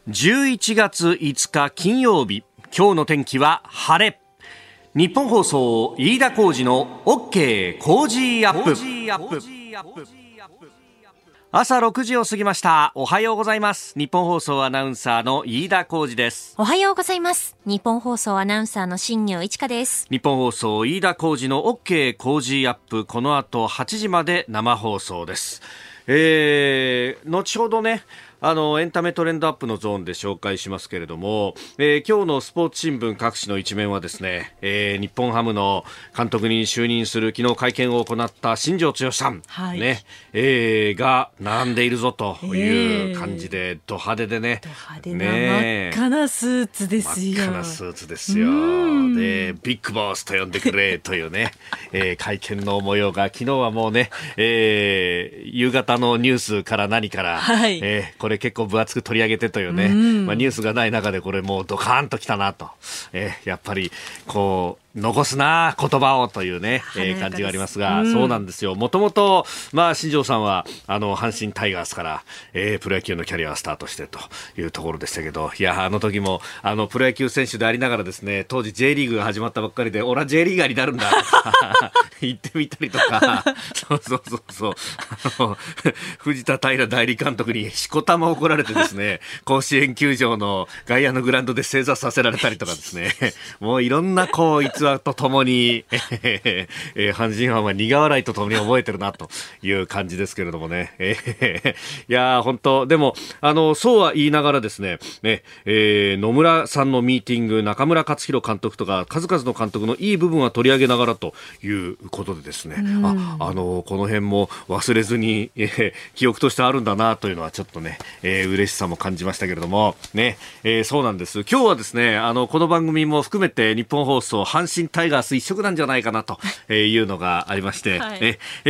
11月5日金曜日、今日の天気は晴れ。日本放送飯田浩司の OK 工事アップ。朝6時を過ぎました。おはようございます。日本放送アナウンサーの飯田浩司です。 おはようございます。日本放送アナウンサーの新業一華です。 日本放送飯田浩司の OK 工事アップ、この後8時まで生放送です。後ほどね、エンタメトレンドアップのゾーンで紹介しますけれども、今日のスポーツ新聞各紙の一面はですね、日本ハムの監督に就任する昨日会見を行った新庄剛志さん、 はいねが並んでいるぞという感じで、ド派手でね、 ド派手な真っ赤なスーツですよ。 真っ赤なスーツですよ。で、ビッグボスと呼んでくれというね、会見の模様が昨日はもうね、夕方のニュースから何から、 はい、 これ結構分厚く取り上げてというね、ニュースがない中でこれもうドカーンときたなと、やっぱりこう残すな言葉をというね、感じがありますが、そうなんですよ。もともと新庄さんは阪神タイガースから、プロ野球のキャリアをスタートしてというところでしたけど、いや、あの時もプロ野球選手でありながらですね、当時 J リーグが始まったばっかりで、俺は J リーガーになるんだ言ってみたりとかそう藤田平代理監督にしこたま怒られてですね、甲子園球場の外野のグラウンドで正座させられたりとかですね、もういろんなこう逸話とともに、阪神ファンは苦笑いとともに覚えてるなという感じですけれどもね、いや本当でもそうは言いながらですね、野村さんのミーティング、中村克弘監督とか数々の監督のいい部分は取り上げながらということでですね、この辺も忘れずに、記憶としてあるんだなというのはちょっとね、嬉しさも感じましたけれどもね、そうなんです。今日はですね、この番組も含めて日本放送阪神タイガース一色なんじゃないかなというのがありまして、はい、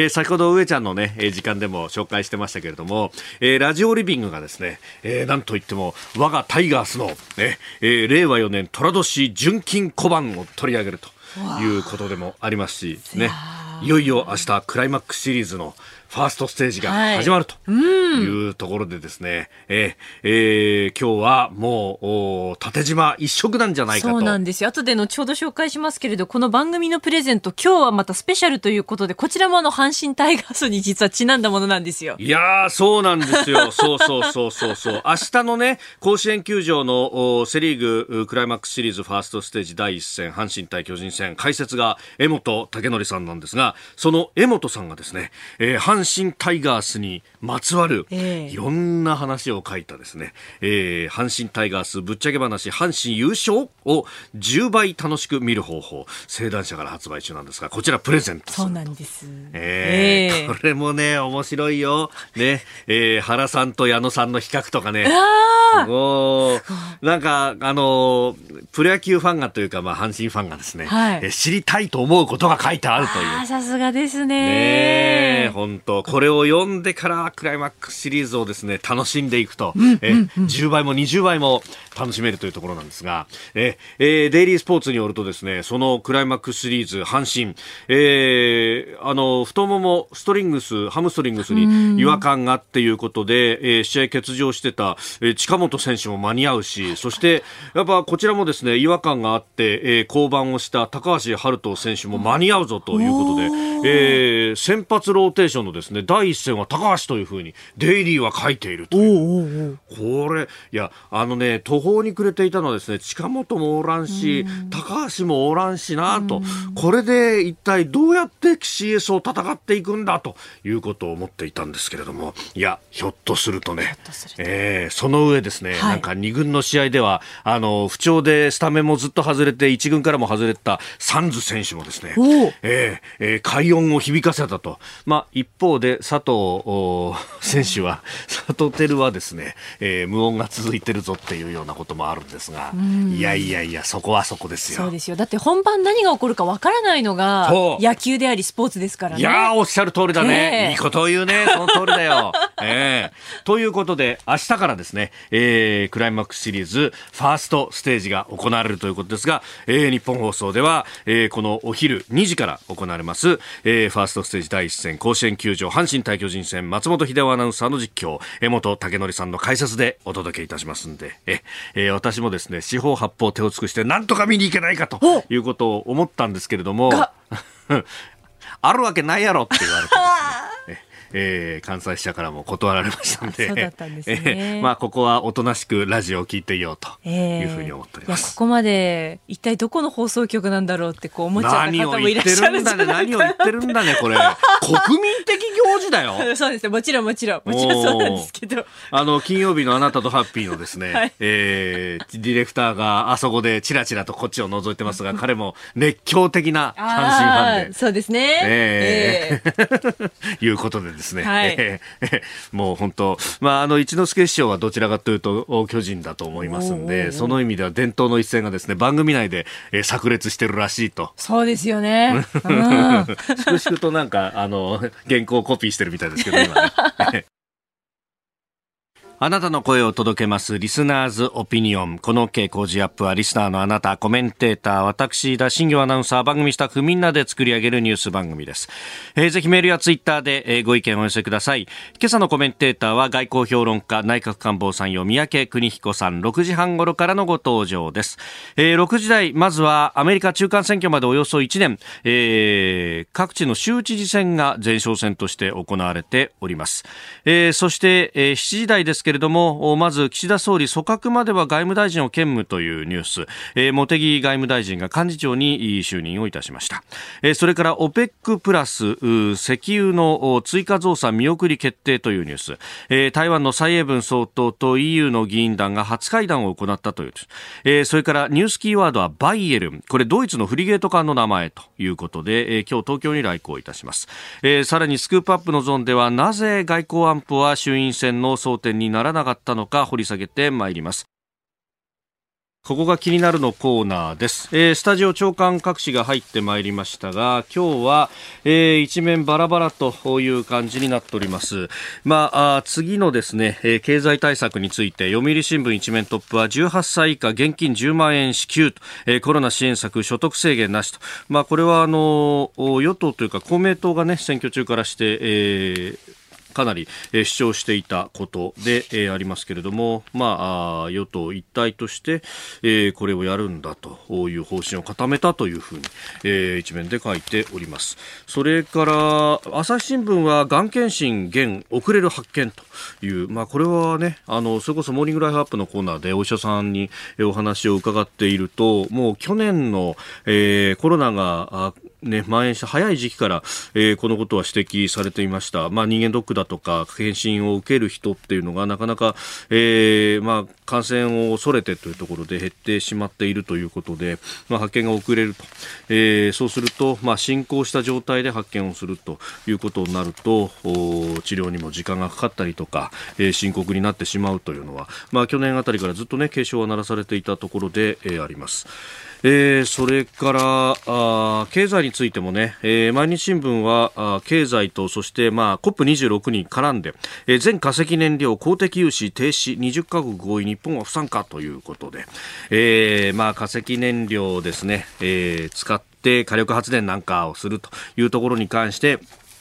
先ほど上ちゃんのね時間でも紹介してましたけれども、ラジオリビングがですね、なんといっても我がタイガースの、令和4年寅年純金小判を取り上げるということでもありますしね、いよいよ明日クライマックスシリーズのファーストステージが始まるというところでですね、今日はもう縦縞一色なんじゃないかと。 そうなんですよ。後で後ほど紹介しますけれど、この番組のプレゼント、今日はまたスペシャルということで、こちらも阪神タイガースに実はちなんだものなんですよ。 いやー、そうなんですよ。そう明日のね、甲子園球場のセリーグクライマックスシリーズファーストステージ第1戦、阪神対巨人戦、解説が江本武則さんなんですが、その江本さんがですね、阪神タイガースにまつわるいろんな話を書いたですね、阪神タイガースぶっちゃけ話、阪神優勝を10倍楽しく見る方法、聖壇社から発売中なんですが、こちらプレゼントする。 そうなんです。 これもね面白いよね、原さんと矢野さんの比較とかね、なんかプロ野球ファンがというか、阪神ファンがですね、知りたいと思うことが書いてあるという。 さすがですね。 本当これを読んでからクライマックスシリーズをですね楽しんでいくと、10倍も20倍も楽しめるというところなんですが、デイリースポーツによるとですね、そのクライマックスシリーズ阪神、太ももハムストリングスに違和感があっていうことで、試合欠場してた、近本選手も間に合うし、そしてやっぱこちらもですね違和感があって、降板をした高橋遥人選手も間に合うぞということで、先発ローテーションのですね第一戦は高橋というふうにデイリーは書いているという。これいや途方に暮れていたのはですね、近本もおらんし高橋もおらんしなと、これで一体どうやって CS を戦っていくんだということを思っていたんですけれども、いやひょっとするとね、その上ですね、なんか2軍の試合では不調でスタメンもずっと外れて1軍からも外れたサンズ選手もですね、快音を響かせたと。一方で佐藤選手は佐藤輝はですね、無音が続いてるぞっていうようなこともあるんですが、いやそこはそこですよ。 そうですよ。だって本番何が起こるかわからないのが野球でありスポーツですからね。 いやおっしゃる通りだね、いいことを言うね、その通りだよ、ということで明日からですね、クライマックスシリーズファーストステージが行われるということですが、日本放送では、このお昼2時から行われます、ファーストステージ第1戦甲子園球球場阪神対巨人戦、松本秀夫アナウンサーの実況、江本武則さんの解説でお届けいたしますんで、私もですね、四方八方手を尽くしてなんとか見に行けないかということを思ったんですけれどもあるわけないやろって言われてですね関西支社からも断られましたんで、 そうだったんですね。 ここはおとなしくラジオを聞いていようというふうに思っております。 いや、ここまで一体どこの放送局なんだろうって思っちゃった方もいらっしゃるんじゃないか。 何を言ってるんだねこれ国民的行事だよ。 そうですね、もちろんそうなんですけど、 金曜日のあなたとハッピーのですね、 はいディレクターがあそこでチラチラとこっちを覗いてますが、彼も熱狂的な阪神ファンで、 そうですね、 いうことでですね、 はい、 もう本当、一之輔師匠はどちらかというと巨人だと思いますんで、その意味では伝統の一戦がですね、番組内で、炸裂してるらしいと。 そうですよね。 粛々となんか原稿をコピーしてるみたいですけど今ねあなたの声を届けますリスナーズオピニオン。この OK 工事アップはリスナーのあなた、コメンテーター、私田新行アナウンサー、番組スタッフみんなで作り上げるニュース番組です。ぜひメールやツイッターで、ご意見をお寄せください。今朝のコメンテーターは外交評論家、内閣官房参与、三宅邦彦さん、6時半頃からのご登場です。6時台、まずはアメリカ中間選挙までおよそ1年、各地の州知事選が前哨戦として行われております。そして、7時台ですけれども、まず岸田総理組閣までは外務大臣を兼務というニュース、茂木外務大臣が幹事長に就任をいたしました。それから OPEC プラス石油の追加増産見送り決定というニュース、台湾の蔡英文総統と EU の議員団が初会談を行ったという、それからニュースキーワードはバイエルン、これドイツのフリゲート艦の名前ということで、今日東京に来航いたします。さらにスクープアップのゾーンでは、なぜ外交安保は衆院選の争点にならなかったのか掘り下げてまいります。ここが気になるのコーナーです。スタジオ長官各紙が入ってまいりましたが、今日は、一面バラバラという感じになっております。次のですね、経済対策について読売新聞一面トップは18歳以下現金10万円支給と、コロナ支援策所得制限なしと。これは与党というか公明党がね、選挙中からして、かなり主張していたことでありますけれども、与党一体としてこれをやるんだという方針を固めたというふうに一面で書いております。それから朝日新聞はがん検診現遅れる発見という、これはね、それこそモーニングライフアップのコーナーでお医者さんにお話を伺っていると、もう去年のコロナが蔓延した早い時期から、このことは指摘されていました。人間ドックだとか検診を受ける人っていうのがなかなか、感染を恐れてというところで減ってしまっているということで、発見が遅れると、そうすると、進行した状態で発見をするということになると、治療にも時間がかかったりとか、深刻になってしまうというのは、去年あたりからずっとね、警鐘は鳴らされていたところで、あります。それから経済についてもね、毎日新聞は経済とそして、COP26 に絡んで、全化石燃料公的融資停止20カ国合意日本は不参加ということで、化石燃料をですね、使って火力発電なんかをするというところに関して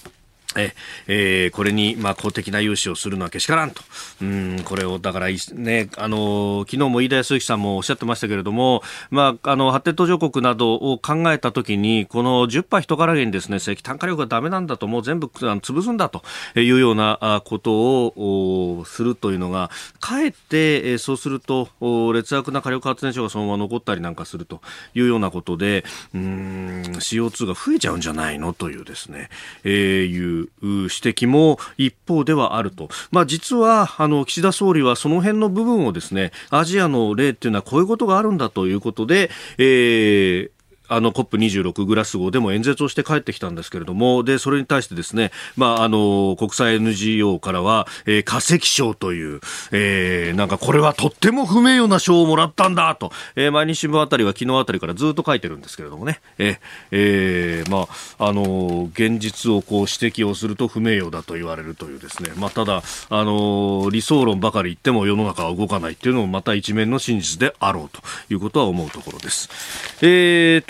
これに公的な融資をするのはけしからんと。これをだからね、昨日も飯田康之さんもおっしゃってましたけれども、発展途上国などを考えたときに、この10波人からげにですね、石炭火力がダメなんだと、もう全部潰すんだというようなことをするというのが、かえってそうすると劣悪な火力発電所がそのまま残ったりなんかするというようなことで、CO2 が増えちゃうんじゃないのというですね、いう指摘も一方ではあると。実は岸田総理はその辺の部分をですね、アジアの例っていうのはこういうことがあるんだということで、COP26 グラスゴーでも演説をして帰ってきたんですけれども、でそれに対してですね、国際 NGO からは、化石賞という、なんかこれはとっても不名誉な賞をもらったんだと、毎日新聞あたりは昨日あたりからずっと書いてるんですけれどもね、現実をこう指摘をすると不名誉だと言われるというですね、ただ理想論ばかり言っても世の中は動かないっていうのもまた一面の真実であろうということは思うところです。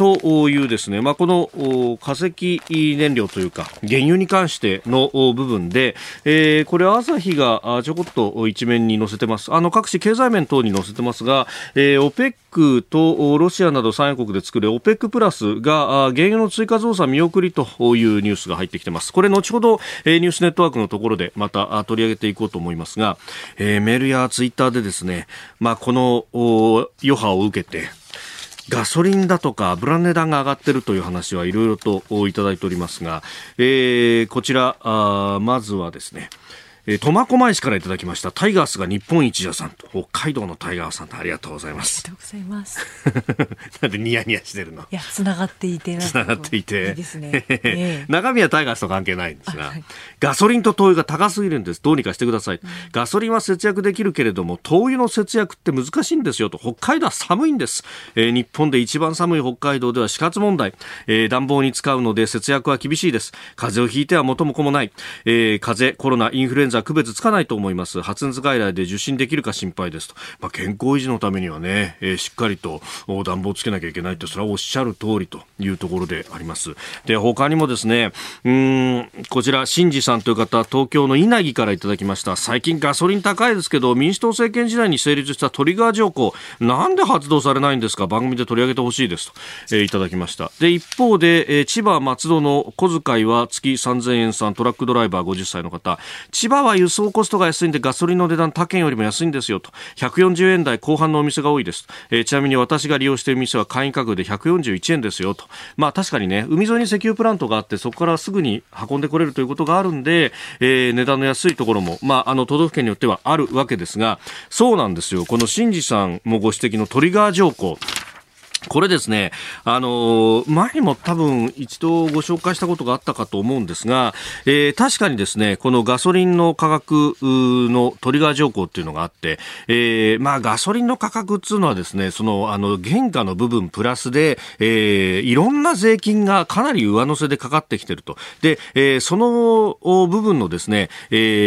というですね、この化石燃料というか原油に関しての部分で、これ朝日がちょこっと一面に載せてます。各種経済面等に載せてますが、OPEC とロシアなど産油国で作る OPEC プラスが原油の追加増産見送りというニュースが入ってきてます。これ後ほどニュースネットワークのところでまた取り上げていこうと思いますが、メールやツイッターでですね、この余波を受けてガソリンだとか油の値段が上がっているという話はいろいろといただいておりますが、こちらまずはですね、苫小牧市からいただきました。タイガースが日本一じさんと、北海道のタイガースさんと、ありがとうございます。 ありがとうございます。 なんでニヤニヤしてるの？いや、つながっていて、いいですね。 中身はタイガースと関係ないんですが、ガソリンと灯油が高すぎるんです。どうにかしてください。ガソリンは節約できるけれども、灯油の節約って難しいんですよと。北海道は寒いんです。日本で一番寒い北海道では死活問題、暖房に使うので節約は厳しいです。風邪をひいては元も子もない。風邪、コロナ、インフルエンザ区別つかないと思います。発熱外来で受診できるか心配ですと。健康維持のためにはね、しっかりと暖房つけなきゃいけないって、それはおっしゃる通りというところであります。で、他にもですね、こちら新次さんという方、東京の稲城からいただきました。最近ガソリン高いですけど、民主党政権時代に成立したトリガー条項、なんで発動されないんですか？番組で取り上げてほしいですと、いただきました。で、一方で、千葉松戸の小遣いは月3000円さん、トラックドライバー50歳の方、千葉は輸送コストが安いんでガソリンの値段他県よりも安いんですよと。140円台後半のお店が多いです。ちなみに私が利用している店は会員価格で141円ですよと。確かにね、海沿いに石油プラントがあって、そこからすぐに運んでこれるということがあるんで、値段の安いところも、都道府県によってはあるわけですが、そうなんですよ。この新次さんもご指摘のトリガー条項、これですね、前にも多分一度ご紹介したことがあったかと思うんですが、確かにですね、このガソリンの価格のトリガー条項っていうのがあって、ガソリンの価格っていうのはですね、その原価の部分プラスで、いろんな税金がかなり上乗せでかかってきてると。で、その部分のですね、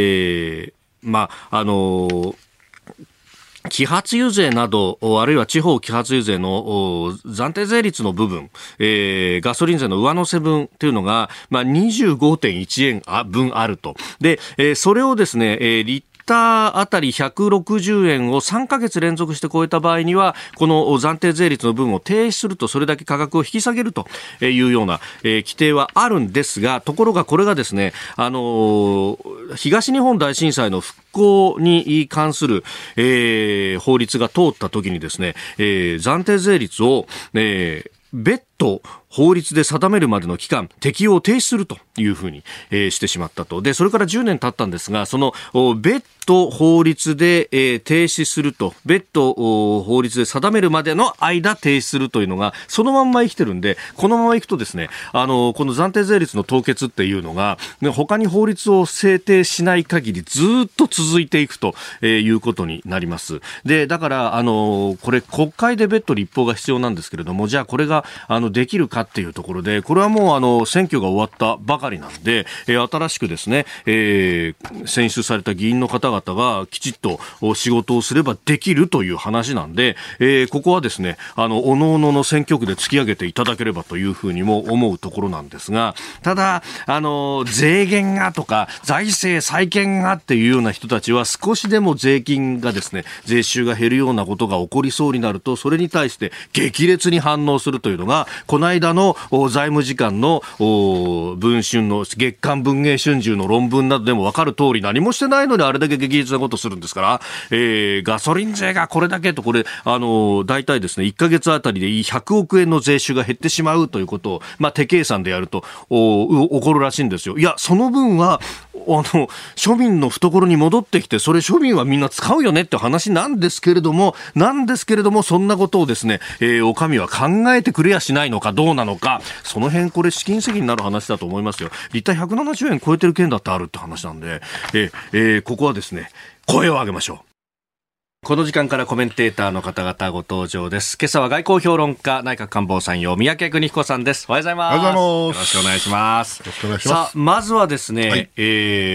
揮発油税など、あるいは地方揮発油税の暫定税率の部分、ガソリン税の上乗せ分というのが、25.1 円分あると。で、それをですね、リッターあたり160円を3ヶ月連続して超えた場合には、この暫定税率の分を停止すると、それだけ価格を引き下げるというような、規定はあるんですが、ところがこれがですね、東日本大震災の復興に関する、法律が通った時にですね、暫定税率を、別途法律で定めるまでの期間適用を停止するというふうに、してしまったと。で、それから10年経ったんですが、その別途法律で、停止すると、別途法律で定めるまでの間停止するというのがそのまんま生きてるんで、このままいくとですね、この暫定税率の凍結っていうのが他に法律を制定しない限りずっと続いていくということになります。で、だからこれ国会で別途立法が必要なんですけれども、じゃあこれができるかっていうところで、これはもう選挙が終わったばかりなんで、新しくですね、選出された議員の方々がきちっと仕事をすればできるという話なんで、ここはですね、各々の選挙区で突き上げていただければというふうにも思うところなんですが、ただ税減がとか財政再建がっていうような人たちは、少しでも税金がですね、税収が減るようなことが起こりそうになると、それに対して激烈に反応するというのが、この間の財務次官の文春の月刊文藝春秋の論文などでも分かる通り、何もしてないのにあれだけ激烈なことするんですから、ガソリン税がこれだけと、これ大体ですね、1ヶ月あたりで100億円の税収が減ってしまうということを、手計算でやると起こるらしいんですよ。いや、その分は庶民の懐に戻ってきて、それ庶民はみんな使うよねって話なんですけれども、そんなことをですね、お上は考えてくれやしないのかどうなのか、その辺これ試金石になる話だと思いますよ。リッター170円超えてる県だってあるって話なんで、ここはですね、声を上げましょう。この時間からコメンテーターの方々ご登場です。今朝は外交評論家、内閣官房参与、三宅邦彦さんです。おはようございます。よろしくお願いします。さあ、まずはですね、はい、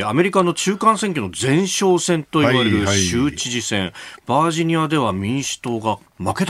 アメリカの中間選挙の前哨戦といわれる州知事選、バージニアでは民主党が負けた。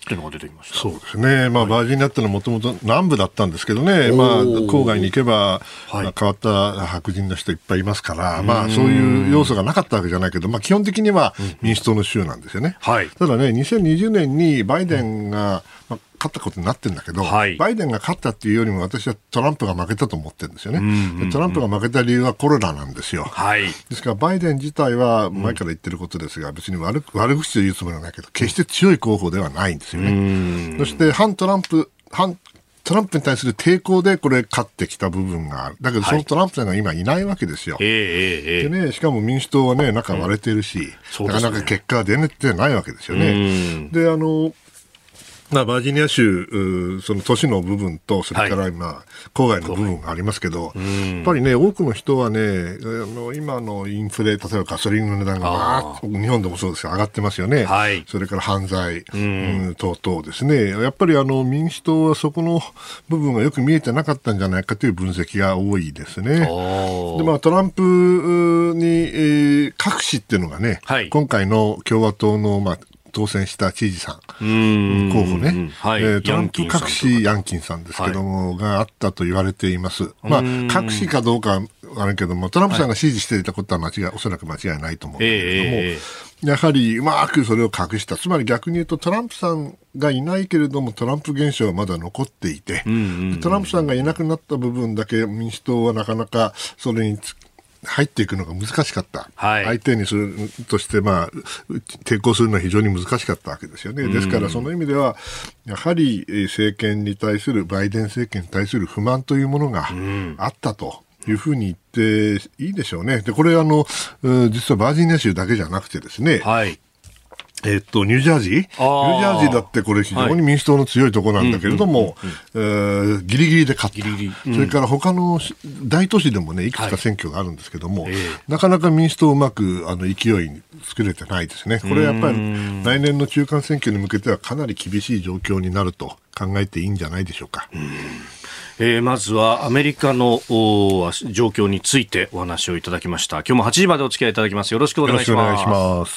っていうのが出てきました。 そうですね、バージニアってのはもともと南部だったんですけどね、郊外に行けば、変わった白人の人いっぱいいますから、そういう要素がなかったわけじゃないけど、基本的には民主党の州なんですよね。ただね、2020年にバイデンが、勝ったことになってるんだけど、バイデンが勝ったっていうよりも私はトランプが負けたと思ってるんですよね。トランプが負けた理由はコロナなんですよ。ですからバイデン自体は前から言ってることですが、別に悪口と言うつもりはないけど、決して強い候補ではないんですよね。そしてトランプに対する抵抗でこれ勝ってきた部分がある。だけどそのトランプさんが今いないわけですよ。でね、しかも民主党はね、中割れてるし、なかなか結果が出てないわけですよね。で、バージニア州、その都市の部分と、それから今、郊外の部分がありますけど、やっぱりね、多くの人はね、今のインフレ、例えばガソリンの値段が日本でもそうですが上がってますよね。それから犯罪、等々ですね。やっぱり民主党はそこの部分がよく見えてなかったんじゃないかという分析が多いですね。で、トランプに、各紙っていうのがね、今回の共和党の、当選した知事さん、候補ね、トランプ隠しヤンキンさんですけども、があったと言われています。隠しかどうかはあるけども、トランプさんが支持していたことはおそらく間違いないと思うんだけども、やはりうまくそれを隠した。つまり逆に言うとトランプさんがいないけれどもトランプ現象はまだ残っていて、トランプさんがいなくなった部分だけ民主党はなかなかそれに入っていくのが難しかった。相手にするとして、抵抗するのは非常に難しかったわけですよね。ですからその意味ではやはり政権に対するバイデン政権に対する不満というものがあったというふうに言っていいでしょうね。で、これ実はバージニア州だけじゃなくてですね、ニュージャージーだってこれ非常に民主党の強いところなんだけれども、ギリギリで勝った。それから他の大都市でもね、いくつか選挙があるんですけども、なかなか民主党うまく勢いに作れてないですね。これはやっぱり来年の中間選挙に向けてはかなり厳しい状況になると考えていいんじゃないでしょうか。 まずはアメリカの状況についてお話をいただきました。今日も8時までお付き合いいただきます。よろしくお願いします。 よろしくお願いします。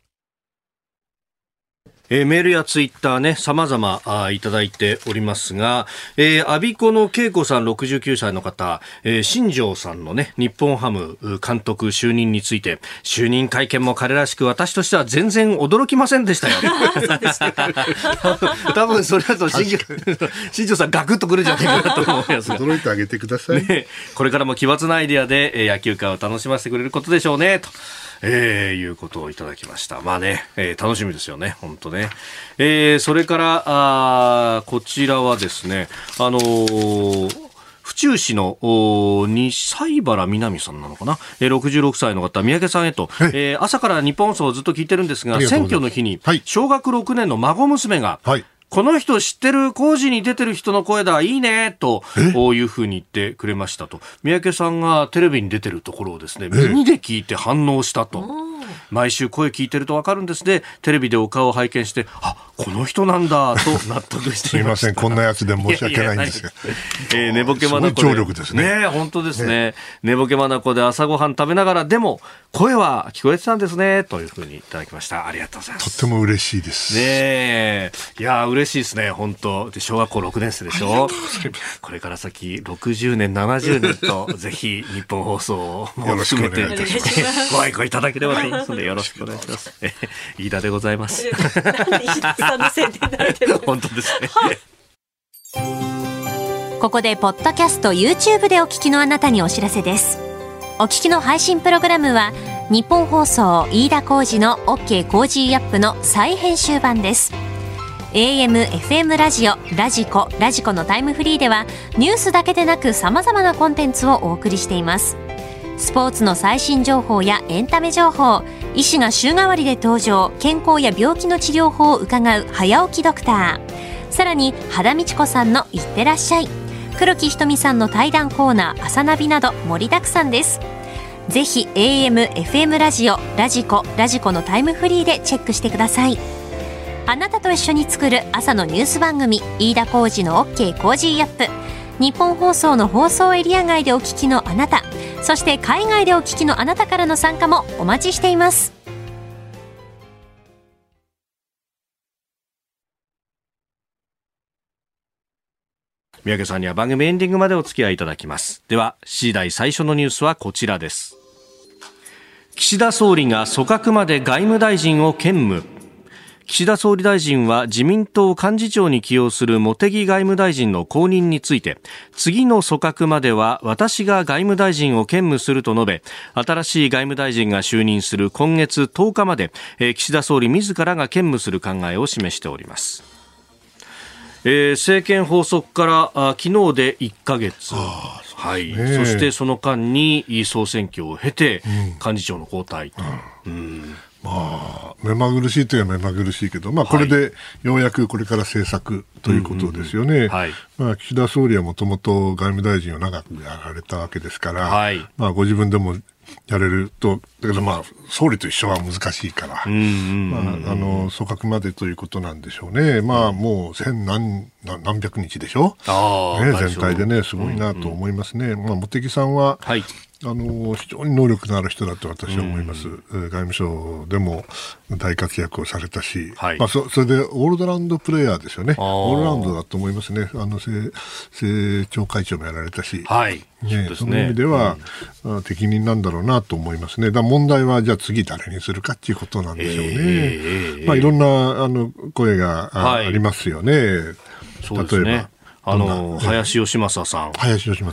メールやツイッターね、様々いただいておりますが、アビコの恵子さん69歳の方、新庄さんのね、日本ハム監督就任について、就任会見も彼らしく私としては全然驚きませんでしたよ。多分それだと新庄さんガクッとくるんじゃないかなと思います。 驚いてあげてください。 これからも奇抜なアイデアで野球界を楽しませてくれることでしょうね、と。いうことをいただきました。楽しみですよね、本当ね。それからこちらはですね、府中市の西原みなみさんなのかな、66歳の方、三宅さんへと、朝から日本放送をずっと聞いてるんですが、選挙の日に小学6年の孫娘が、この人知ってる、工事に出てる人の声だ、いいねというふうに言ってくれましたと。三宅さんがテレビに出てるところをですね、耳で聞いて反応したと。毎週声聞いてると分かるんですね。テレビでお顔を拝見して、この人なんだと納得していました。 すいません、こんなやつで申し訳ないんですが。 寝ぼけまなこで。 すごい聴力ですね。 本当ですね。寝ぼけまなこで朝ごはん食べながら、でも声は聞こえてたんですね、というふうにいただきました。ありがとうございます。 とっても嬉しいです。 いや、嬉しいですね、本当。で、小学校6年生でしょ。これから先60年、70年と、ぜひ日本放送も含めてご愛顧いただければと思いますので、よろしくお願いします。飯田でございます。 なんで飯田さんの宣伝になってる本当ですね。 ここでポッドキャスト YouTube でお聞きのあなたにお知らせです。お聞きの配信プログラムは日本放送飯田浩司の OK コージーアップの再編集版です。 AM、FM ラジオ、ラジコのタイムフリーではニュースだけでなく様々なコンテンツをお送りしています。スポーツの最新情報やエンタメ情報、医師が週替わりで登場、健康や病気の治療法を伺う早起きドクター、さらに羽田美智子さんのいってらっしゃい、黒木ひとみさんの対談コーナー朝ナビなど盛りだくさんです。ぜひ AM、FM ラジオ、ラジコのタイムフリーでチェックしてください。あなたと一緒に作る朝のニュース番組、飯田浩司の OK コージーアップ。日本放送の放送エリア外でお聞きのあなた、そして海外でお聞きのあなたからの参加もお待ちしています。 三宅さんには番組エンディングまでお付き合いいただきます。では7時台最初のニュースはこちらです。岸田総理が組閣まで外務大臣を兼務。岸田総理大臣は自民党幹事長に起用する茂木外務大臣の後任について、次の組閣までは私が外務大臣を兼務すると述べ、新しい外務大臣が就任する今月10日まで、岸田総理自らが兼務する考えを示しております。政権発足から昨日で1ヶ月、はい、そしてその間に総選挙を経て、幹事長の交代と、 まあ、目まぐるしいといえば目まぐるしいけど、まあ、これでようやくこれから政策ということですよね。まあ、岸田総理はもともと外務大臣を長くやられたわけですから、まあ、ご自分でもやれると、だけどまあ、総理と一緒は難しいから、組閣までということなんでしょうね。まあ、もう何百日でしょ、全体でね、すごいなと思いますね。まあ、茂木さんは、非常に能力のある人だと私は思います。外務省でも大活躍をされたし、まあ、それでオールドラウンドプレイヤーですよね。オールラウンドだと思いますね。政調会長もやられたし、その意味では、適任なんだろうなと思いますね。だから問題はじゃあ次誰にするかっていうことなんでしょうね。まあ、いろんな声がありますよね。 そうですね。例えば林芳正さんが、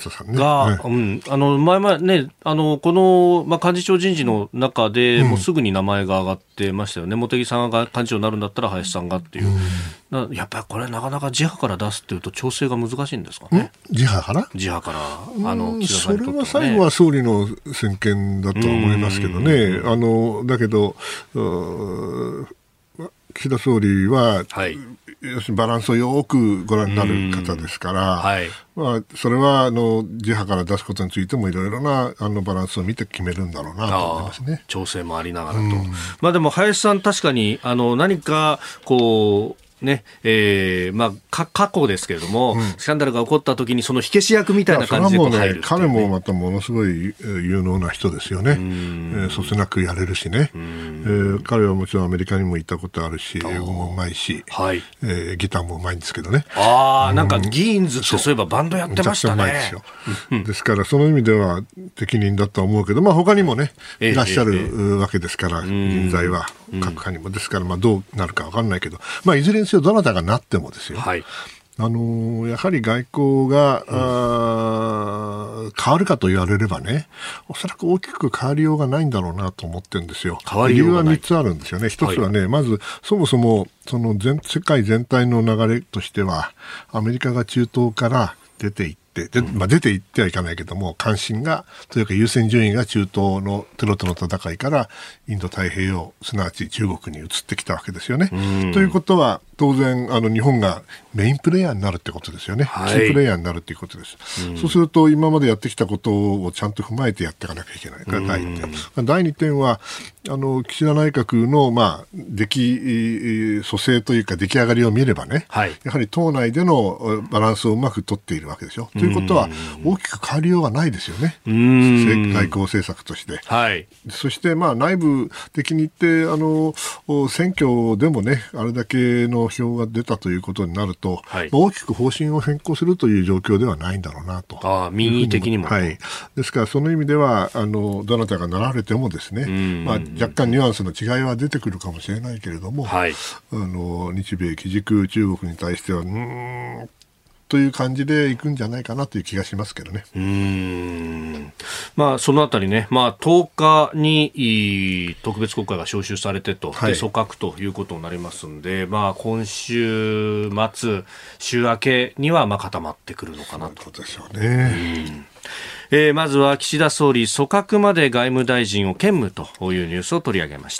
前々ね、この、幹事長人事の中で、もうすぐに名前が上がってましたよね。茂木さんが幹事長になるんだったら林さんがっていう。やっぱりこれなかなか自派から出すっていうと調整が難しいんですかね。 自派から岸田さんにとってはね。 それは最後は総理の専権だとは思いますけどね。だけど、岸田総理は、要するにバランスをよくご覧になる方ですから、まあ、それは自派から出すことについてもいろいろなバランスを見て決めるんだろうなと思いますね。 調整もありながらと。まあ、でも林さん確かに何かこうね、過去ですけれども、スキャンダルが起こった時にその火消し役みたいな感じで入る、 彼もまたものすごい有能な人ですよね。そつなくやれるしね。彼はもちろんアメリカにも行ったことあるし、英語もうまいし、ギターもうまいんですけどね。 なんかギーンズってそういえばバンドやってましたね。 ですからその意味では適任だとは思うけど、まあ、他にもねいらっしゃるわけですから、人材は各派にもですから、まあ、どうなるか分かんないけど、まあ、いずれにせよどなたがなってもですよ、やはり外交が、変わるかと言われればね、おそらく大きく変わりようがないんだろうなと思ってるんですよ。理由は3つあるんですよね。一つはね、まずそもそもその世界全体の流れとしては、アメリカが中東から出ていって、出ていってはいかないけども、関心がというか優先順位が中東のテロとの戦いからインド太平洋、すなわち中国に移ってきたわけですよね。ということは当然日本がメインプレイヤーになるってことですよね。キープレイヤーになるっていうことです。そうすると今までやってきたことをちゃんと踏まえてやっていかなきゃいけないから第1点。第2点は岸田内閣の蘇生というか出来上がりを見ればね、やはり党内でのバランスをうまく取っているわけでしょ。ということは大きく変わりようがないですよね。外交政策として。そして内部的に言って選挙でもね、あれだけの票が出たということになると、大きく方針を変更するという状況ではないんだろうなと。 民意的にも。 ですからその意味ではどなたがなられてもですね、若干ニュアンスの違いは出てくるかもしれないけれども、日米基軸中国に対してはという感じでいくんじゃないかなという気がしますけどね。 そのあたりね、10日に特別国会が召集されてと、で組閣ということになりますんで、今週末週明けには固まってくるのかなと。 そうでしょうね。 まずは岸田総理組閣まで外務大臣を兼務というニュースを取り上げました。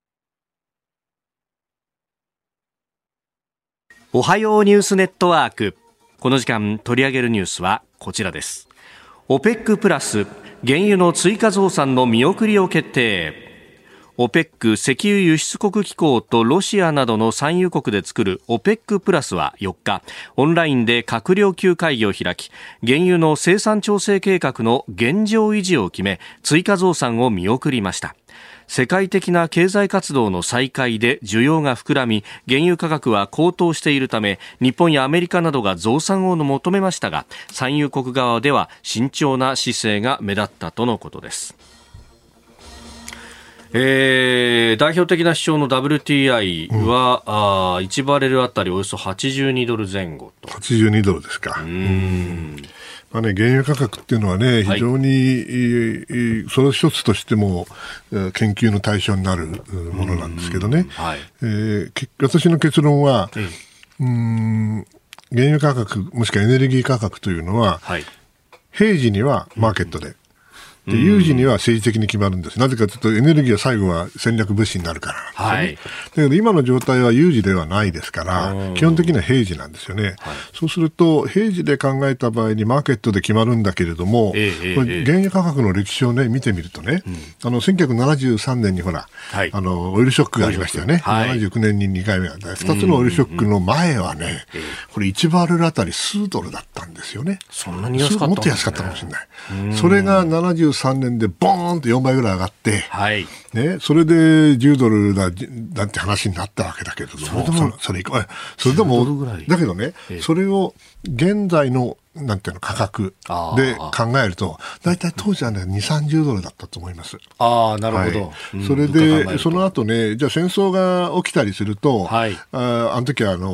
おはようニュースネットワーク。この時間取り上げるニュースはこちらです。OPEC プラス原油の追加増産の見送りを決定。 OPEC 石油輸出国機構とロシアなどの産油国で作る OPEC プラスは4日、オンラインで閣僚級会議を開き、原油の生産調整計画の現状維持を決め、追加増産を見送りました。世界的な経済活動の再開で需要が膨らみ、原油価格は高騰しているため、日本やアメリカなどが増産を求めましたが、産油国側では慎重な姿勢が目立ったとのことです。代表的な指標の WTI は、1バレルあたりおよそ82ドル前後と。 82ドルですか。まあね、原油価格っていうのはね、非常に、その一つとしても研究の対象になるものなんですけどね、私の結論は、原油価格もしくはエネルギー価格というのは、平時にはマーケットで、で有事には政治的に決まるんです。なぜかというとエネルギーは最後は戦略物資になるからなんですよね。だけど今の状態は有事ではないですから、基本的には平時なんですよね。そうすると平時で考えた場合にマーケットで決まるんだけれども、これ原油価格の歴史をね見てみるとね、1973年にほら、オイルショックがありましたよね。79年に2回目が2つのオイルショックの前はね、これ1バレルあたり数ドルだったんですよね。 そんなに安かったんですね。 もっと安かったかもしれない。それが73年でボーンと4倍ぐらい上がって、ね、それで10ドルだなんて話になったわけだけれども、それでもだけどね、それを現在のなんていうの価格で考えると、だいたい当時はね、2、30ドルだったと思います。 なるほど。 それで、その後ね、じゃあ戦争が起きたりすると、あの時は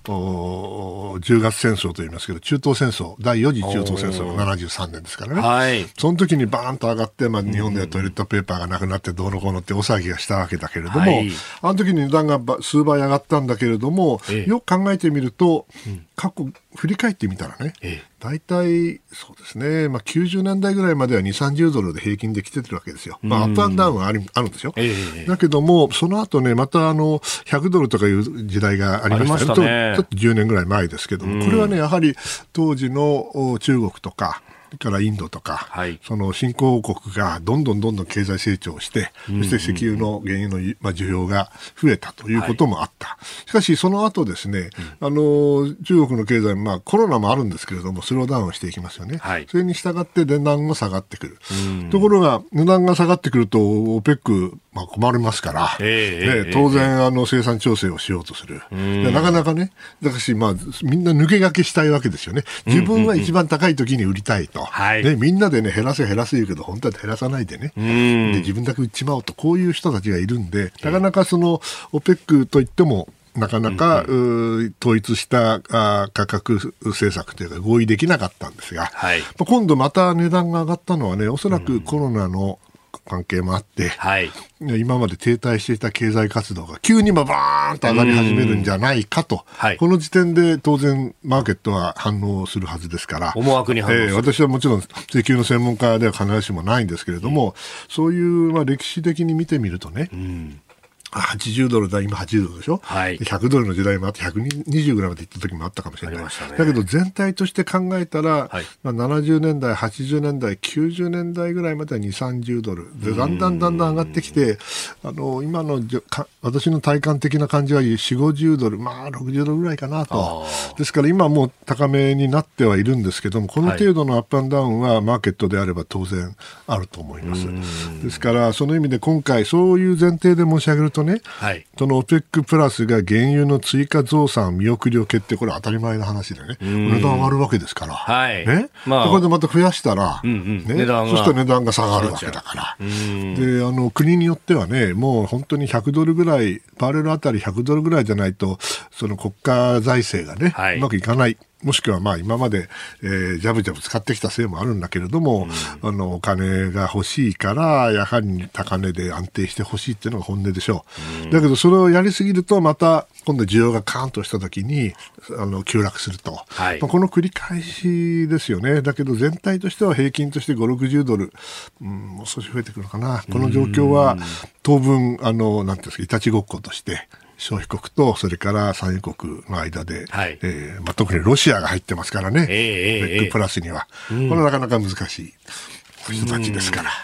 10月戦争と言いますけど、中東戦争、第4次中東戦争が73年ですからね。その時にバーンと上がって、日本ではトイレットペーパーがなくなってどうのこうのって大騒ぎがしたわけだけれども、あの時に値段が数倍上がったんだけれども、よく考えてみると、過去振り返ってみたらね、大体そうですね、90年代ぐらいまでは2、30ドルで平均で来てるわけですよ。アップアンダウンはあるんですよ。だけども、その後ね、また100ドルとかいう時代がありましたね。ちょっと10年ぐらい前ですけども、これはね、やはり当時の中国とか、からインドとか、その新興国がどんどん経済成長して、そして石油の原油の需要が増えたということもあった。しかしその後ですね、中国の経済、コロナもあるんですけれどもスローダウンしていきますよね。それに従って値段が下がってくる。ところが値段が下がってくるとOPEC、困りますから、当然生産調整をしようとする。なかなかね、だからみんな抜け駆けしたいわけですよね。自分は一番高い時に売りたいと。みんなでね、減らせ言うけど、本当は減らさないでね。で、自分だけ売っちまおうと、こういう人たちがいるんで、なかなかその、OPEC といっても、なかなか、統一した価格政策というか合意できなかったんですが、今度また値段が上がったのはね、おそらくコロナの関係もあって、今まで停滞していた経済活動が急にバーンと上がり始めるんじゃないかと、この時点で当然マーケットは反応するはずですから、 思惑に反応する。 私はもちろん石油の専門家では必ずしもないんですけれども、そういう歴史的に見てみるとね、80ドルだ、今80ドルでしょ、100ドルの時代もあって120ぐらいまで行った時もあったかもしれない。だけど全体として考えたら、70年代、80年代、90年代ぐらいまでは2、30ドルで、だんだん上がってきて、今の私の体感的な感じは4、50ドル、60ドルぐらいかなと。ですから今もう高めになってはいるんですけども、この程度のアップアンダウンはマーケットであれば当然あると思います。ですからその意味で今回そういう前提で申し上げるとね、その OPEC プラスが原油の追加増産見送りを決定、これ当たり前の話でね、値段上がるわけですから、これでまた増やしたら、そしたら値段が下がるわけだから、で国によってはね、もう本当に100ドルぐらい、バレルあたり100ドルぐらいじゃないと、その国家財政がね、うまくいかない。もしくは今まで、ジャブジャブ使ってきたせいもあるんだけれども、お金が欲しいからやはり高値で安定して欲しいっていうのが本音でしょう。だけどそれをやりすぎるとまた今度需要がカーンとした時に急落すると、この繰り返しですよね。だけど全体としては平均として5、60ドル、もう少し増えてくるのかな。この状況は当分なんていうんですか、いたちごっことして消費国とそれから産油国の間で、特にロシアが入ってますからね、OPEC プラスには、これはなかなか難しい人たちですから。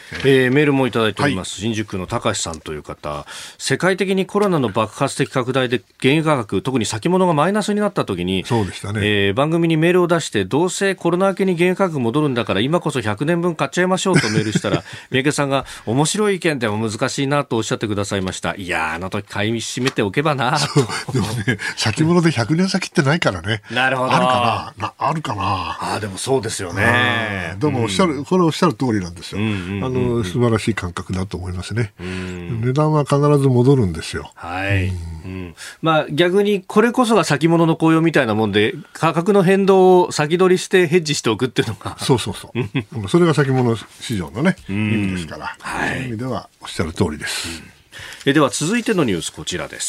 メールもいただいております、新宿区の高橋さんという方、世界的にコロナの爆発的拡大で原油価格、特に先物がマイナスになった時に、 そうでしたね、 番組にメールを出して、どうせコロナ明けに原油価格戻るんだから今こそ100年分買っちゃいましょうとメールしたら三宅さんが面白い意見でも難しいなとおっしゃってくださいました。いや、あの時買い占めておけばなと。 でもね、先物で100年先ってないからね。 なるほど。 あるかな。 でもそうですよね。 でもこれおっしゃる通りなんですよ。素晴らしい感覚だと思いますね。値段は必ず戻るんですよ。 はい。逆にこれこそが先物の紅葉みたいなもんで、価格の変動を先取りしてヘッジしておくっていうのが。 そう。それが先物市場のね、意味ですから。そういう意味ではおっしゃる通りです。 では続いてのニュース、こちらです。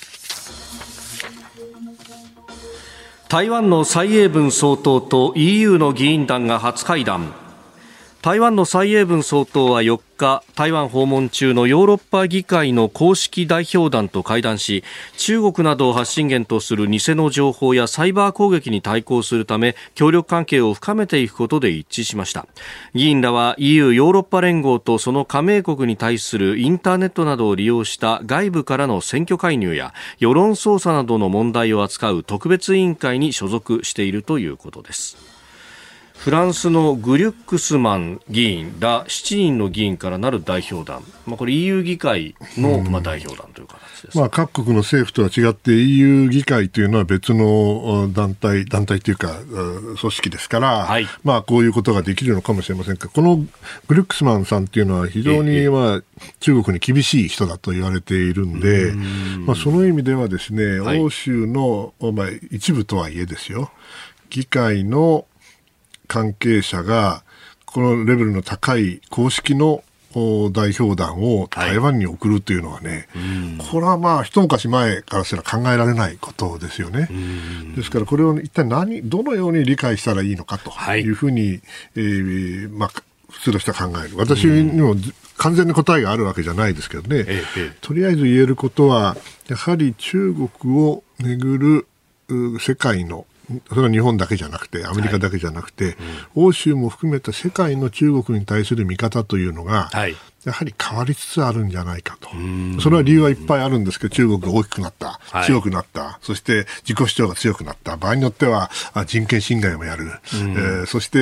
台湾の蔡英文総統と EU の議員団が初会談。台湾の蔡英文総統は4日、台湾訪問中のヨーロッパ議会の公式代表団と会談し、中国などを発信源とする偽の情報やサイバー攻撃に対抗するため協力関係を深めていくことで一致しました。議員らは EU ヨーロッパ連合とその加盟国に対するインターネットなどを利用した外部からの選挙介入や世論操作などの問題を扱う特別委員会に所属しているということです。フランスのグリュックスマン議員ら7人の議員からなる代表団、これ EU 議会の代表団という形です。 各国の政府とは違って EU 議会というのは別の団体というか組織ですから、こういうことができるのかもしれませんが、このグリュックスマンさんというのは非常に中国に厳しい人だと言われているんで、その意味ではですね、欧州の一部とはいえですよ、議会の関係者がこのレベルの高い公式の代表団を台湾に送るというのはね、これは一昔前からすら考えられないことですよね。ですからこれを一体どのように理解したらいいのかというふうに、普通の人は考える。私にも完全に答えがあるわけじゃないですけどね、とりあえず言えることは、やはり中国をめぐる世界の、それは日本だけじゃなくてアメリカだけじゃなくて、欧州も含めた世界の中国に対する見方というのが、やはり変わりつつあるんじゃないかと。それは理由はいっぱいあるんですけど、中国が大きくなった、強くなった、そして自己主張が強くなった、場合によっては人権侵害もやる、そして、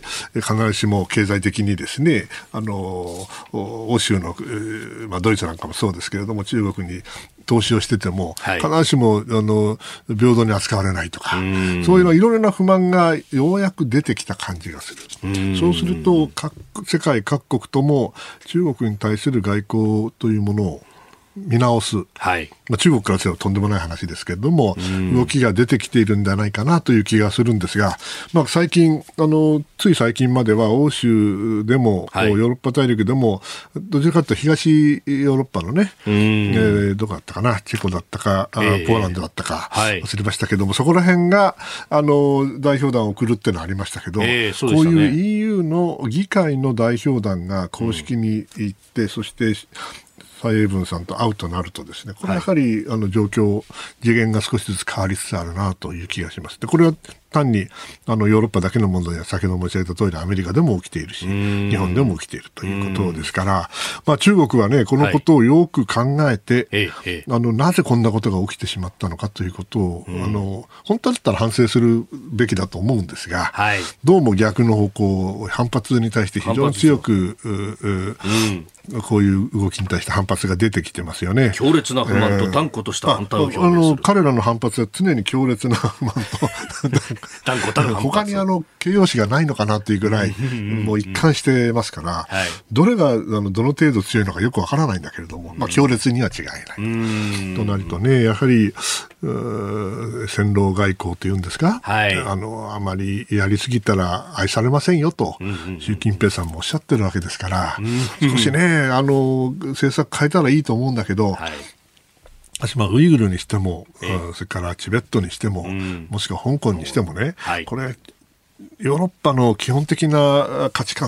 必ずしも経済的にですね、欧州の、ドイツなんかもそうですけれども、中国に投資をしてても、必ずしも平等に扱われないとか、そういうのいろいろな不満がようやく出てきた感じがする。そうすると世界各国とも中国に対する外交というものを見直す、中国からすればとんでもない話ですけれども、動きが出てきているんじゃないかなという気がするんですが、最近つい最近までは欧州でも、ヨーロッパ大陸でもどちらかというと東ヨーロッパのね、どこだったかな、チェコだったか、ポーランドだったか、忘れましたけども、そこら辺が代表団を送るっていうのはありましたけど、こういう EU の議会の代表団が公式に行って、そして蔡英文さんと会うとなるとですね、これはやはり状況、次元が少しずつ変わりつつあるなという気がします。でこれは単にヨーロッパだけの問題や、先ほど申し上げた通りアメリカでも起きているし、日本でも起きているということですから、中国はね、このことをよく考えて、なぜこんなことが起きてしまったのかということを、本当だったら反省するべきだと思うんですが、どうも逆の方向、反発に対して非常に強くこういう動きに対して反発が出てきてますよね。 強烈な不満と断固とした反対を表明する。 彼らの反発は常に強烈な不満と断固たる反発。 他に形容詞がないのかなというぐらいもう一貫してますから、どれがどの程度強いのかよくわからないんだけれども、強烈には違いないとなるとね、やはり戦狼外交というんですか、あまりやりすぎたら愛されませんよと習近平さんもおっしゃってるわけですから、少しね、政策変えたらいいと思うんだけど、ウイグルにしても、それからチベットにしても、もしくは香港にしてもね、これヨーロッパの基本的な価値観と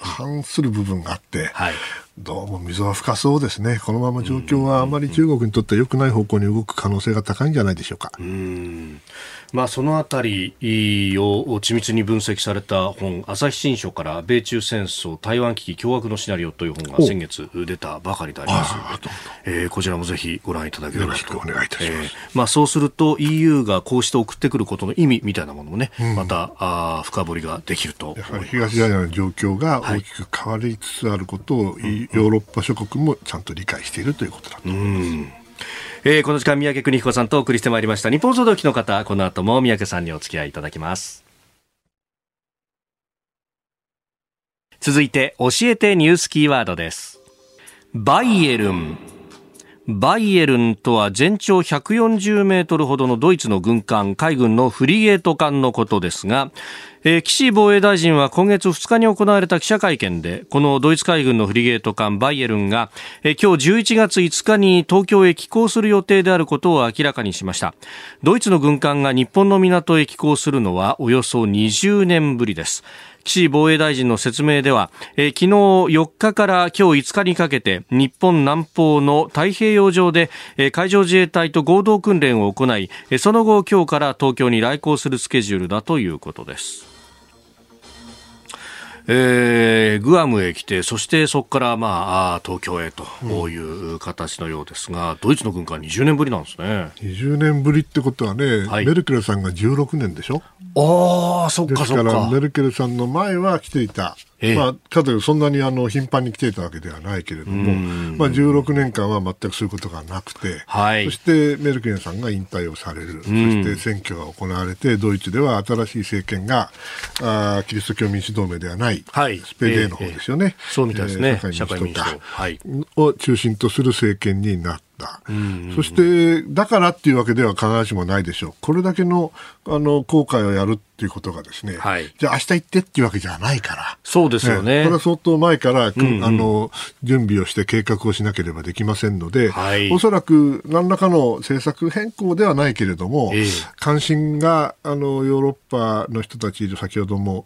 反する部分があって、 はい、 どうも溝は深そうですね。このまま状況はあまり中国にとって良くない方向に動く可能性が高いんじゃないでしょうか。 そのあたりを緻密に分析された本、朝日新書から米中戦争台湾危機凶悪のシナリオという本が先月出たばかりでありますので、こちらもぜひご覧いただければと。よろしくお願いいたします。そうすると EU がこうして送ってくることの意味みたいなものもね、また深掘りができると思います。 やはり東アジアの状況が大きく変わりつつあることを、ヨーロッパ諸国もちゃんと理解しているということだと思います。 この時間、三宅邦彦さんとお送りしてまいりました。日本総動機の方、この後も三宅さんにお付き合いいただきます。続いて、教えてニュースキーワードです。バイエルン。バイエルンとは全長140メートルほどのドイツの軍艦、海軍のフリゲート艦のことですが、岸防衛大臣は今月2日に行われた記者会見で、このドイツ海軍のフリゲート艦バイエルンが、今日11月5日に東京へ寄港する予定であることを明らかにしました。ドイツの軍艦が日本の港へ寄港するのはおよそ20年ぶりです。岸防衛大臣の説明では、昨日4日から今日5日にかけて日本南方の太平洋上で海上自衛隊と合同訓練を行い、その後今日から東京に来港するスケジュールだということです。グアムへ来て、そしてそこから東京へという形のようですが、ドイツの軍艦20年ぶりなんですね。 20年ぶりってことはね、メルケルさんが16年でしょ。 そっかそっか。 ですからメルケルさんの前は来ていた。かというそんなに頻繁に来ていたわけではないけれども、16年間は全くそういうことがなくて、そしてメルケルさんが引退をされる、そして選挙が行われて、ドイツでは新しい政権がキリスト教民主同盟ではない、スペデーの方ですよね、 そうみたいですね、 社会民主党を中心とする政権になった。そしてだからっていうわけでは必ずしもないでしょう。これだけの航海をやるっていうことがですね、じゃあ明日行ってっていうわけじゃないから、 そうですよね。 これは相当前から、準備をして計画をしなければできませんので、おそらく何らかの政策変更ではないけれども、関心がヨーロッパの人たち、先ほども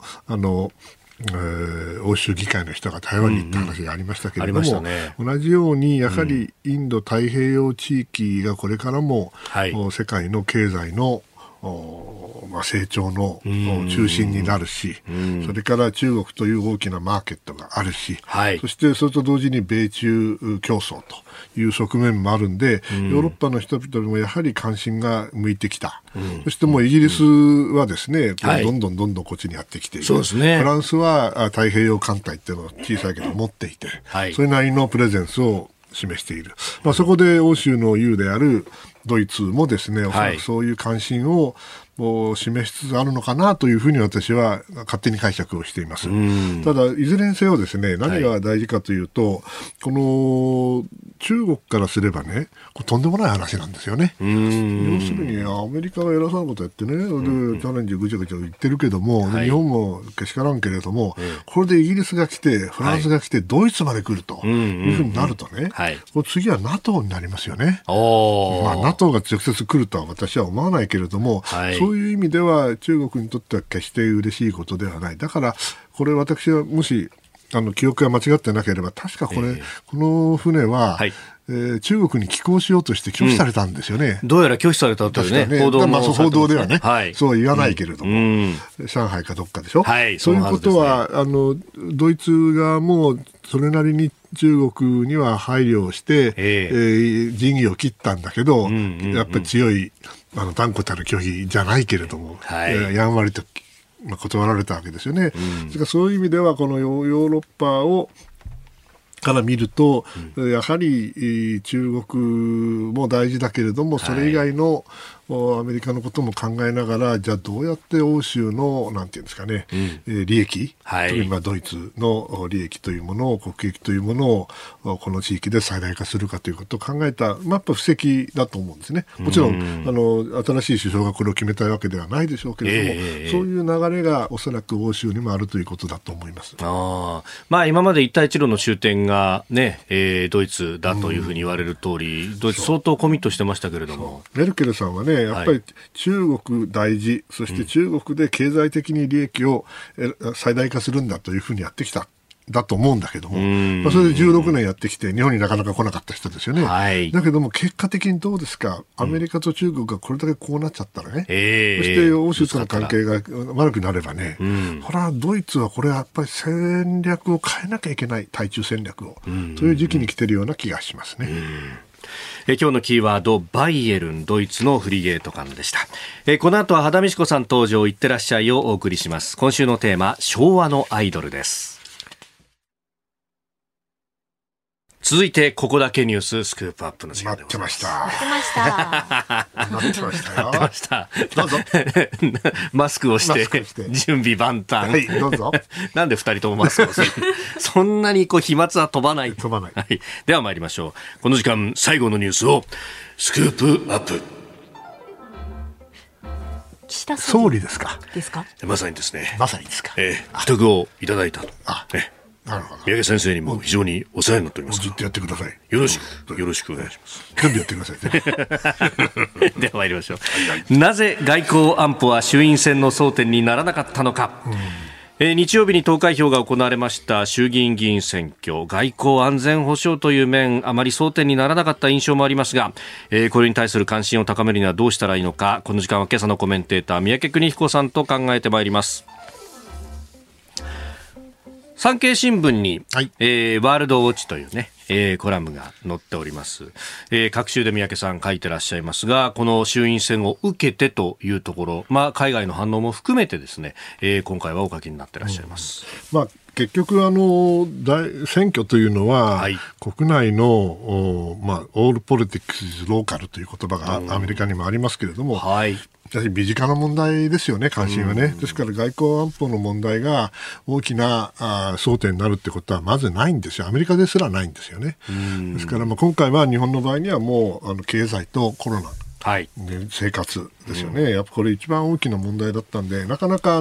欧州議会の人が台湾に行った話がありましたけれども、同じようにやはりインド太平洋地域がこれからも、世界の経済の成長の中心になるし、それから中国という大きなマーケットがあるし、そしてそれと同時に米中競争という側面もあるんで、ヨーロッパの人々にもやはり関心が向いてきた。そしてもうイギリスはですね、どんどんこっちにやってきている。フランスは太平洋艦隊っていうのを小さいけど持っていて、それなりのプレゼンスを示している。そこで欧州の友であるドイツもですね、おそらくそういう関心を示しつつあるのかなというふうに私は勝手に解釈をしています。ただいずれにせよですね、何が大事かというと、この中国からすればね、とんでもない話なんですよね。要するにアメリカが偉そうなことやってね、チャレンジぐちゃぐちゃ言ってるけども、日本もけしからんけれども、これでイギリスが来てフランスが来て、ドイツまで来るというふうになるとね、次は NATO になりますよね。NATO が直接来るとは私は思わないけれども、そういう意味では中国にとっては決して嬉しいことではない。だからこれ私はもし記憶が間違ってなければ、確かこの船は、中国に寄港しようとして拒否されたんですよね。 どうやら拒否されたというね、報道ではね、そう言わないけれども、上海かどっかでしょ。そういうことはドイツ側もそれなりに中国には配慮をして、仁義を切ったんだけど、やっぱり強い断固たる拒否じゃないけれども、やんわりと断られたわけですよね。そういう意味ではこのヨーロッパから見ると、やはり中国も大事だけれども、それ以外のアメリカのことも考えながら、じゃあどうやって欧州のなんていうんですかね、利益、特にドイツの利益というものを、国益というものをこの地域で最大化するかということを考えた、やっぱ布石だと思うんですね。もちろん新しい首相がこれを決めたいわけではないでしょうけれども、そういう流れがおそらく欧州にもあるということだと思います。 今まで一帯一路の終点がね、ドイツだというふうに言われる通り、ドイツ相当コミットしてましたけれども、 メルケルさんはね、やっぱり中国大事、そして中国で経済的に利益を最大化するんだというふうにやってきた。 だと思うんだけども、それで16年やってきて日本になかなか来なかった人ですよね、はい、だけども結果的にどうですか、アメリカと中国がこれだけこうなっちゃったらね、そして欧州との関係が悪くなればね、ほらドイツはこれやっぱり戦略を変えなきゃいけない、対中戦略を、という時期に来てるような気がしますね。 今日のキーワード、バイエルンドイツのフリゲート艦でした。この後は秦美智子さん登場、いってらっしゃいをお送りします。今週のテーマ、昭和のアイドルです。続いてここだけニューススクープアップの時間でございます。 待ってましたよ。どうぞ。 マスクをして準備万端。 はい、どうぞ。 なんで2人ともマスクをするそんなに飛沫は飛ばない。 はい、 では参りましょう。この時間最後のニュースをスクープアップ。 岸田総理ですか。 まさにですね。 まさにですか。 帰宅をいただいたと。 なるほど。 三宅先生にも非常にお世話になっております。 ずっとやってください。 よろしくお願いします。 全部やってください。 では参りましょう。なぜ外交安保は衆院選の争点にならなかったのか。日曜日に投開票が行われました衆議院議員選挙、外交安全保障という面、あまり争点にならなかった印象もありますが、これに対する関心を高めるにはどうしたらいいのか、この時間は今朝のコメンテーター三宅邦彦さんと考えてまいります。産経新聞に、ワールドウォッチというね、コラムが載っております。各週で三宅さん書いてらっしゃいますが、この衆院選を受けてというところ、海外の反応も含めてですね、今回はお書きになってらっしゃいます。 結局選挙というのは、国内のオールポリティクスローカルという言葉がアメリカにもありますけれども、身近な問題ですよね、関心はね。ですから外交安保の問題が大きな争点になるってことはまずないんですよ。アメリカですらないんですよね。ですから今回は日本の場合にはもう経済とコロナ、生活ですよね。やっぱこれ一番大きな問題だったんで、なかなか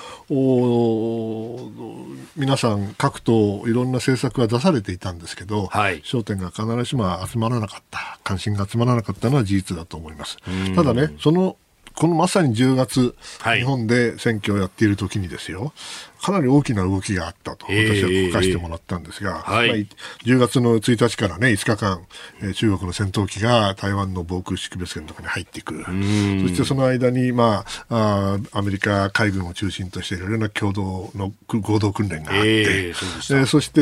皆さん各党いろんな政策が出されていたんですけど、焦点が必ずしも集まらなかった、関心が集まらなかったのは事実だと思います。ただね、このまさに10月、日本で選挙をやっている時にですよ、かなり大きな動きがあったと私は書かせてもらったんですが、10月の1日からね、5日間、中国の戦闘機が台湾の防空識別圏のところに入っていく。そしてその間に、アメリカ海軍を中心としていろいろな共同の合同訓練があって、そして、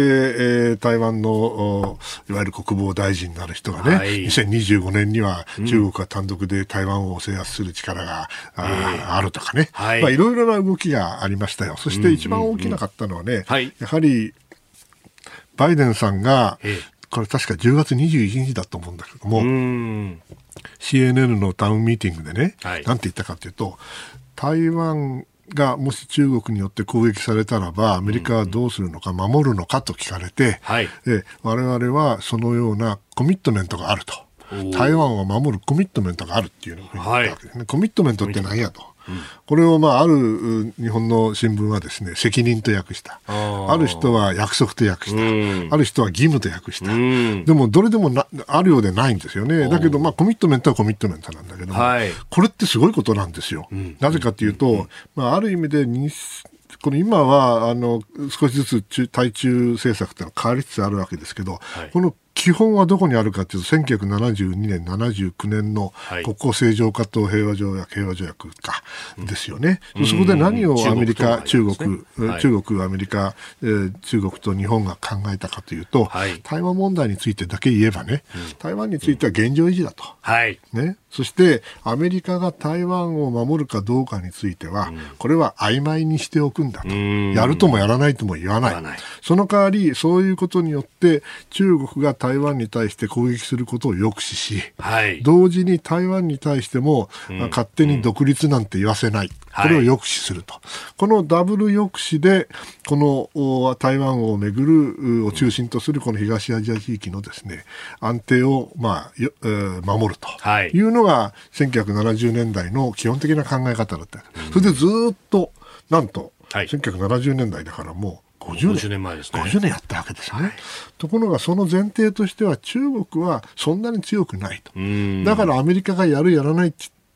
台湾のいわゆる国防大臣になる人がね、2025年には中国が単独で台湾を制圧する力があるとかね、いろいろな動きがありましたよ。そして一番大きなかったのはね、やはりバイデンさんが、これ確か10月21日だと思うんだけども、CNN のタウンミーティングでね、なんて言ったかというと、台湾がもし中国によって攻撃されたらばアメリカはどうするのか、守るのかと聞かれて、我々はそのようなコミットメントがあると、台湾を守るコミットメントがあるっていうのを言ったわけですね。コミットメントって何やと。これをある日本の新聞はですね、責任と訳した。ある人は約束と訳した。ある人は義務と訳した。でもどれでもあるようでないんですよね。だけどコミットメントはコミットメントなんだけども、これってすごいことなんですよ。なぜかというと、ある意味でこの今は少しずつ対中政策というのは変わりつつあるわけですけど、この基本はどこにあるかというと、1972年、79年の国交正常化と平和条約かですよね。そこで何をアメリカ、中国、アメリカ、中国と日本が考えたかというと、台湾問題についてだけ言えばね、台湾については現状維持だと。ね。そしてアメリカが台湾を守るかどうかについては、これは曖昧にしておくんだと。やるともやらないとも言わない。その代わり、そういうことによって中国が台湾に対して攻撃することを抑止し、同時に台湾に対しても、勝手に独立なんて言わせない。これを抑止すると。このダブル抑止で、この台湾をめぐるを中心とするこの東アジア地域のですね、安定を守るというのが1970年代の基本的な考え方だった。それでずっと、なんと、1970年代だからもう50年前ですね。50年やったわけですよね。ところがその前提としては中国はそんなに強くないと。だからアメリカがやるやらないって言っ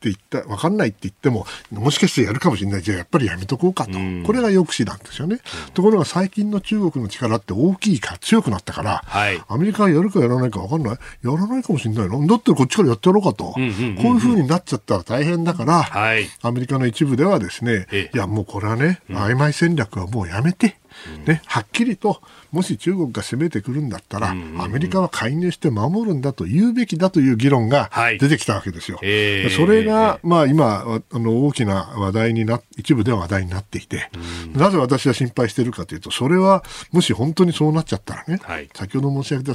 言った分かんないって言ってももしかしてやるかもしれない、じゃあやっぱりやめとこうかと、これが抑止なんですよね。ところが最近の中国の力って大きいから強くなったから、アメリカがやるかやらないか分かんない、やらないかもしれないのだったらこっちからやってやろうかと、こういう風になっちゃったら大変だから、アメリカの一部ではですね、いやもうこれはね、曖昧戦略はもうやめて、ね、はっきりともし中国が攻めてくるんだったら、アメリカは介入して守るんだと言うべきだという議論が出てきたわけですよ。それが、今大きな話題に一部では話題になっていて、なぜ私は心配しているかというと、それはもし本当にそうなっちゃったらね、先ほど申し上げた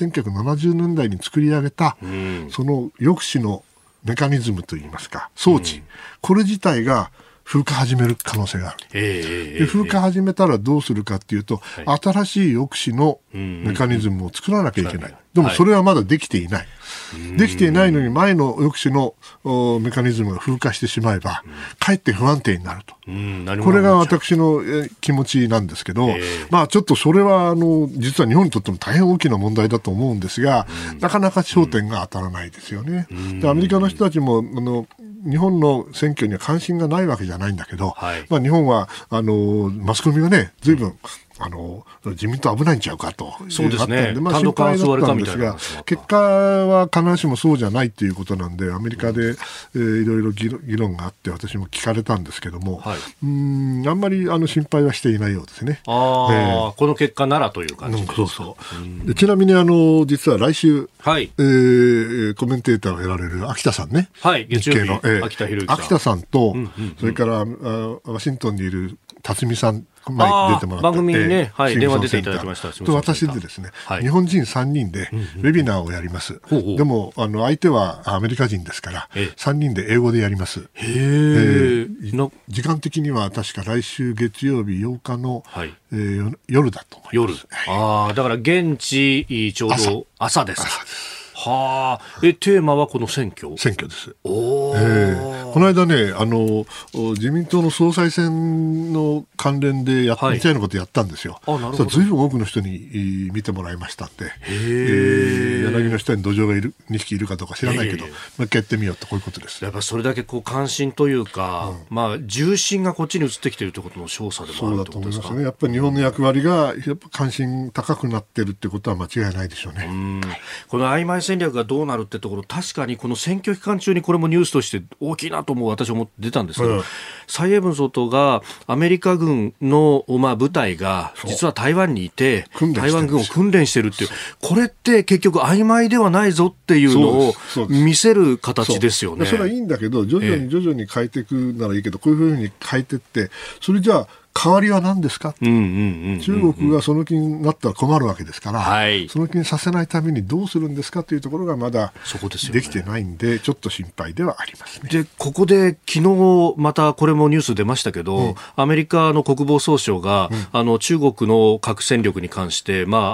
1970年代に作り上げた、その抑止のメカニズムといいますか装置、これ自体が風化始める可能性がある。で風化始めたらどうするかっていうと、新しい抑止のメカニズムを作らなきゃいけない。でもそれはまだできていない。できていないのに前の抑止のメカニズムが風化してしまえば、かえって不安定になると。これが私の気持ちなんですけど、ちょっとそれは実は日本にとっても大変大きな問題だと思うんですが、なかなか焦点が当たらないですよね。でアメリカの人たちも日本の選挙には関心がないわけじゃないんだけど、日本はマスコミがね随分自民党危ないんちゃうかとそうですね、 心配だったんですが、結果は必ずしもそうじゃないということなんで、アメリカで、いろいろ議論があって私も聞かれたんですけども、あんまり心配はしていないようですね。 この結果ならという感じです。 でちなみに実は来週、コメンテーターをやられる秋田さんね、 月曜日の秋田さんと、それからワシントンにいる辰巳さん、前に出てもらった番組にね、電話出ていただきました。 と私でですね、日本人3人でウェビナーをやります。でも相手はアメリカ人ですから3人で英語でやります。時間的には確か来週月曜日8日の、夜だと思います。 だから現地ちょうど朝ですか。テーマはこの選挙です。この間ね自民党の総裁選の関連で似たようなことやったんですよ。ずいぶん多くの人に見てもらいましたんで、柳の下に土壌が2匹いるかどうか知らないけど、もう一回やってみようと、こういうことです。 やっぱそれだけ関心というか、重心がこっちに移ってきているということの証左でもあるということですか。 そうだと思いますね。やっぱり日本の役割がやっぱ関心高くなっているってことは間違いないでしょうね。 この曖昧戦略がどうなるってところ、確かにこの選挙期間中にこれもニュースとして大きいなと私は思って出たんですけど、蔡英文総統がアメリカ軍の部隊が実は台湾にいて台湾軍を訓練してるっていう、これって結局曖昧ではないぞっていうのを見せる形ですよね。 それはいいんだけど、徐々に変えていくならいいけど、こういうふうに変えていって、それじゃあ代わりは何ですか。中国がその気になったら困るわけですから、その気にさせないためにどうするんですかというところがまだできてないんで、ちょっと心配ではありますね。 でここで昨日またこれもニュース出ましたけど、アメリカの国防総省が、中国の核戦力に関して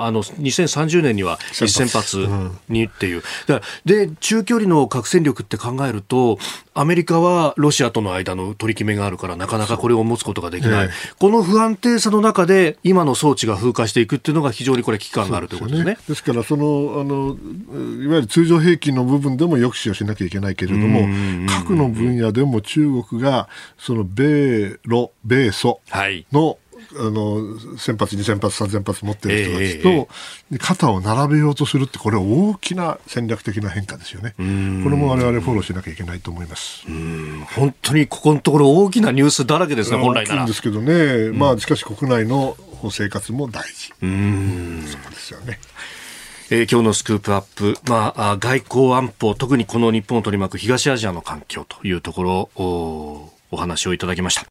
、2030年には1000発にっていう、で中距離の核戦力って考えると、アメリカはロシアとの間の取り決めがあるからなかなかこれを持つことができない、この不安定さの中で今の装置が風化していくっていうのが非常にこれ危機感があるということですね。 ですからいわゆる通常兵器の部分でも抑止をしなきゃいけないけれども、核の分野でも中国がその米ソの1000発、2000発、3000発持ってる人たちと肩を並べようとするって、これは大きな戦略的な変化ですよね。これも我々フォローしなきゃいけないと思います。 本当にここのところ大きなニュースだらけですね、本来なら。 大きいんですけどね、しかし国内の生活も大事。そうですよね。 今日のスクープアップ、外交安保、特にこの日本を取り巻く東アジアの環境というところお話をいただきました。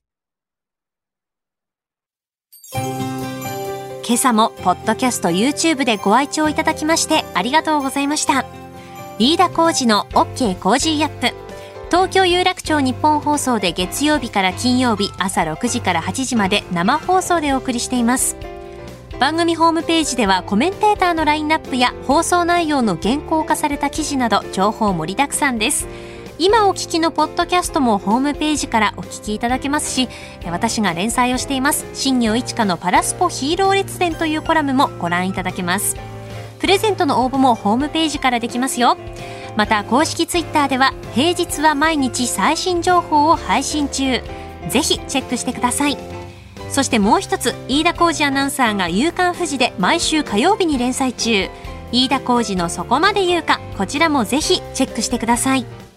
今朝もポッドキャスト YouTube でご愛聴いただきましてありがとうございました。飯田浩司の OK コージーアップ、東京有楽町日本放送で月曜日から金曜日朝6時から8時まで生放送でお送りしています。番組ホームページではコメンテーターのラインナップや放送内容の原稿化された記事など情報盛りだくさんです。今お聞きのポッドキャストもホームページからお聞きいただけますし、私が連載をしています新業一華のパラスポヒーロー列伝というコラムもご覧いただけます。プレゼントの応募もホームページからできますよ。 また公式ツイッターでは平日は毎日最新情報を配信中。ぜひチェックしてください。そしてもう一つ、飯田浩司アナウンサーが夕刊フジで毎週火曜日に連載中、飯田浩司のそこまで言うか、こちらもぜひチェックしてください。